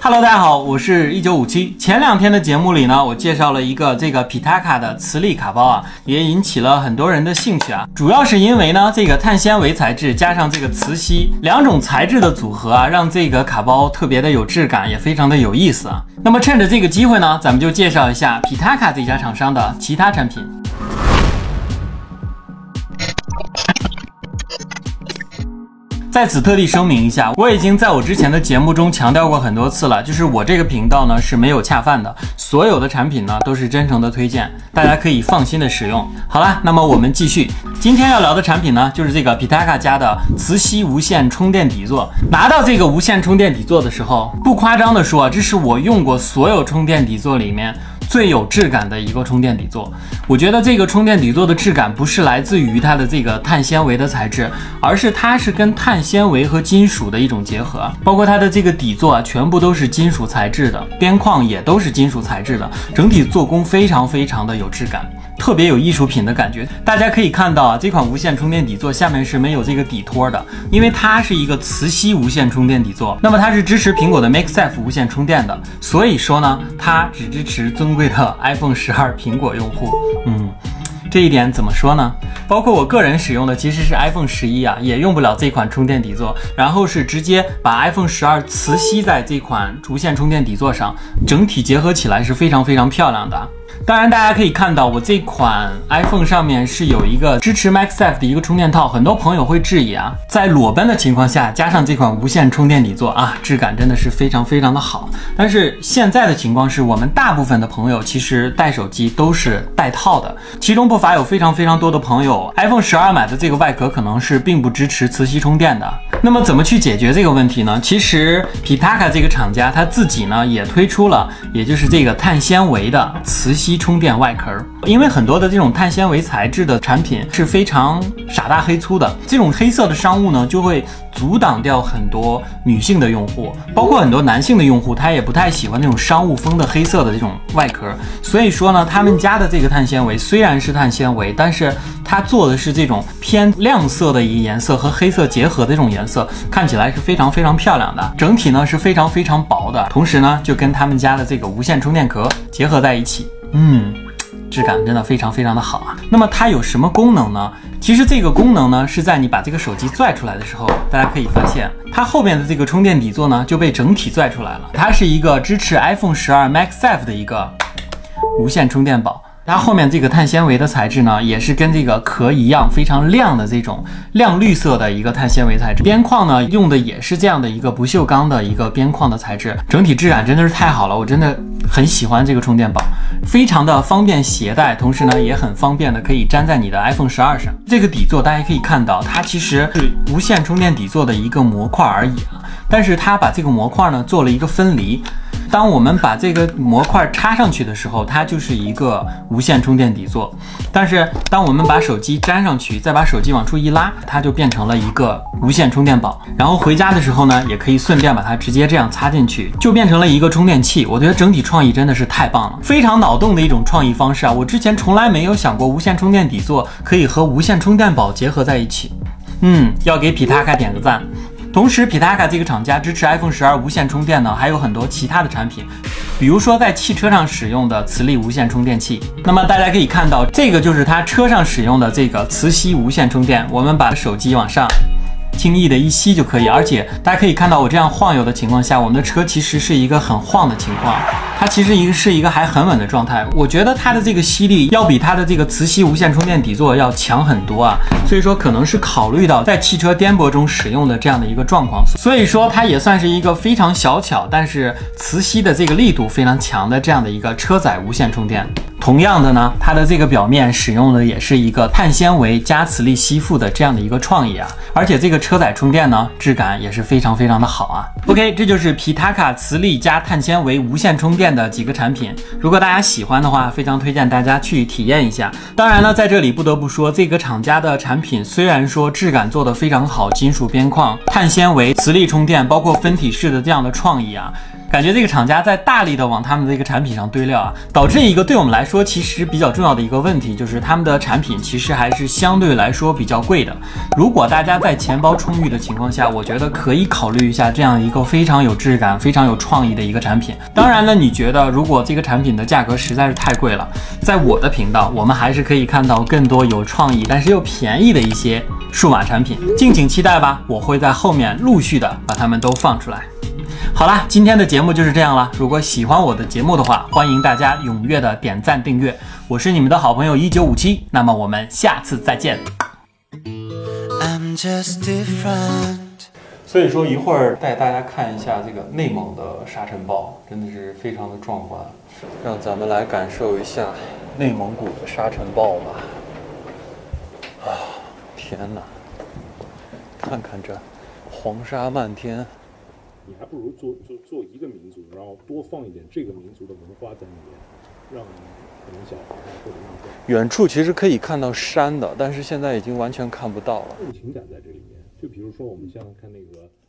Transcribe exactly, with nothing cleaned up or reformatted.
Hello， 大家好，我是一九五七。前两天的节目里呢，我介绍了一个这个 Pitaka 的磁力卡包啊，也引起了很多人的兴趣啊。主要是因为呢，这个碳纤维材质加上这个磁吸两种材质的组合啊，让这个卡包特别的有质感，也非常的有意思啊。那么趁着这个机会呢，咱们就介绍一下 Pitaka 这家厂商的其他产品。在此特地声明一下，我已经在我之前的节目中强调过很多次了，就是我这个频道呢是没有恰饭的，所有的产品呢都是真诚的推荐，大家可以放心的使用。好了，那么我们继续，今天要聊的产品呢就是这个 Pitaka 家的磁吸无线充电底座。拿到这个无线充电底座的时候，不夸张的说，这是我用过所有充电底座里面最有质感的一个充电底座。我觉得这个充电底座的质感不是来自于它的这个碳纤维的材质，而是它是跟碳纤维和金属的一种结合，包括它的这个底座啊，全部都是金属材质的，边框也都是金属材质的，整体做工非常非常的有质感，特别有艺术品的感觉。大家可以看到啊，这款无线充电底座下面是没有这个底托的，因为它是一个磁吸无线充电底座，那么它是支持苹果的 MagSafe 无线充电的，所以说呢，它只支持尊贵的 iPhone 十二苹果用户。嗯，这一点怎么说呢？包括我个人使用的其实是 iPhone 十一啊，也用不了这款充电底座，然后是直接把 iPhone 十二磁吸在这款无线充电底座上，整体结合起来是非常非常漂亮的。当然大家可以看到，我这款 iPhone 上面是有一个支持 MagSafe 的一个充电套，很多朋友会质疑啊，在裸奔的情况下加上这款无线充电底座啊，质感真的是非常非常的好。但是现在的情况是，我们大部分的朋友其实带手机都是带套的，其中不乏有非常非常多的朋友 iPhone 十二买的这个外壳可能是并不支持磁吸充电的。那么怎么去解决这个问题呢？其实 Pitaka 这个厂家他自己呢也推出了，也就是这个碳纤维的磁吸充电外壳。因为很多的这种碳纤维材质的产品是非常傻大黑粗的，这种黑色的商务呢就会阻挡掉很多女性的用户，包括很多男性的用户，他也不太喜欢那种商务风的黑色的这种外壳。所以说呢，他们家的这个碳纤维虽然是碳纤维，但是它做的是这种偏亮色的一个颜色和黑色结合的这种颜色，看起来是非常非常漂亮的，整体呢是非常非常薄的，同时呢就跟他们家的这个无线充电壳结合在一起，嗯，质感真的非常非常的好啊。那么它有什么功能呢？其实这个功能呢是在你把这个手机拽出来的时候，大家可以发现它后面的这个充电底座呢就被整体拽出来了。它是一个支持 iPhone 十二 MagSafe 的一个无线充电宝，它后面这个碳纤维的材质呢，也是跟这个壳一样非常亮的这种亮绿色的一个碳纤维材质，边框呢用的也是这样的一个不锈钢的一个边框的材质，整体质感真的是太好了，我真的很喜欢这个充电宝，非常的方便携带，同时呢也很方便的可以粘在你的 iPhone 十二上。这个底座大家可以看到，它其实是无线充电底座的一个模块而已啊，但是它把这个模块呢做了一个分离。当我们把这个模块插上去的时候，它就是一个无线充电底座，但是当我们把手机粘上去，再把手机往出一拉，它就变成了一个无线充电宝。然后回家的时候呢，也可以顺便把它直接这样插进去，就变成了一个充电器。我觉得整体创意真的是太棒了，非常脑洞的一种创意方式啊！我之前从来没有想过无线充电底座可以和无线充电宝结合在一起。嗯，要给 Pitaka 点个赞。同时 Pitaka 这个厂家支持 iPhone 十二无线充电呢，还有很多其他的产品，比如说在汽车上使用的磁力无线充电器。那么大家可以看到，这个就是它车上使用的这个磁吸无线充电，我们把手机往上轻易的一吸就可以，而且大家可以看到我这样晃悠的情况下，我们的车其实是一个很晃的情况，它其实一个是一个还很稳的状态。我觉得它的这个吸力要比它的这个磁吸无线充电底座要强很多啊，所以说可能是考虑到在汽车颠簸中使用的这样的一个状况，所以说它也算是一个非常小巧，但是磁吸的这个力度非常强的这样的一个车载无线充电。同样的呢，它的这个表面使用的也是一个碳纤维加磁力吸附的这样的一个创意啊，而且这个车载充电呢，质感也是非常非常的好啊。OK， 这就是 Pitaka 磁力加碳纤维无线充电的几个产品，如果大家喜欢的话，非常推荐大家去体验一下。当然了，在这里不得不说，这个厂家的产品虽然说质感做得非常好，金属边框、碳纤维、磁力充电，包括分体式的这样的创意啊， 感觉这个厂家在大力的往他们的这个产品上堆料啊，导致一个对我们来说其实比较重要的一个问题，就是他们的产品其实还是相对来说比较贵的。如果大家在钱包充裕的情况下，我觉得可以考虑一下这样一个非常有质感、非常有创意的一个产品。当然呢，你觉得如果这个产品的价格实在是太贵了，在我的频道，我们还是可以看到更多有创意但是又便宜的一些数码产品，敬请期待吧！我会在后面陆续的把它们都放出来。好啦，今天的节目就是这样了。如果喜欢我的节目的话，欢迎大家踊跃的点赞订阅。我是你们的好朋友一九五七，那么我们下次再见。I'm just different。所以说一会儿带大家看一下这个内蒙的沙尘暴，真的是非常的壮观。让咱们来感受一下内蒙古的沙尘暴吧。啊，天哪！看看这黄沙漫天。 你还不如做就做一个民族，然后多放一点这个民族的文化在里面，让可能小孩或者让远处其实可以看到山的，但是现在已经完全看不到了。 情感在这里面，就比如说我们像看那个。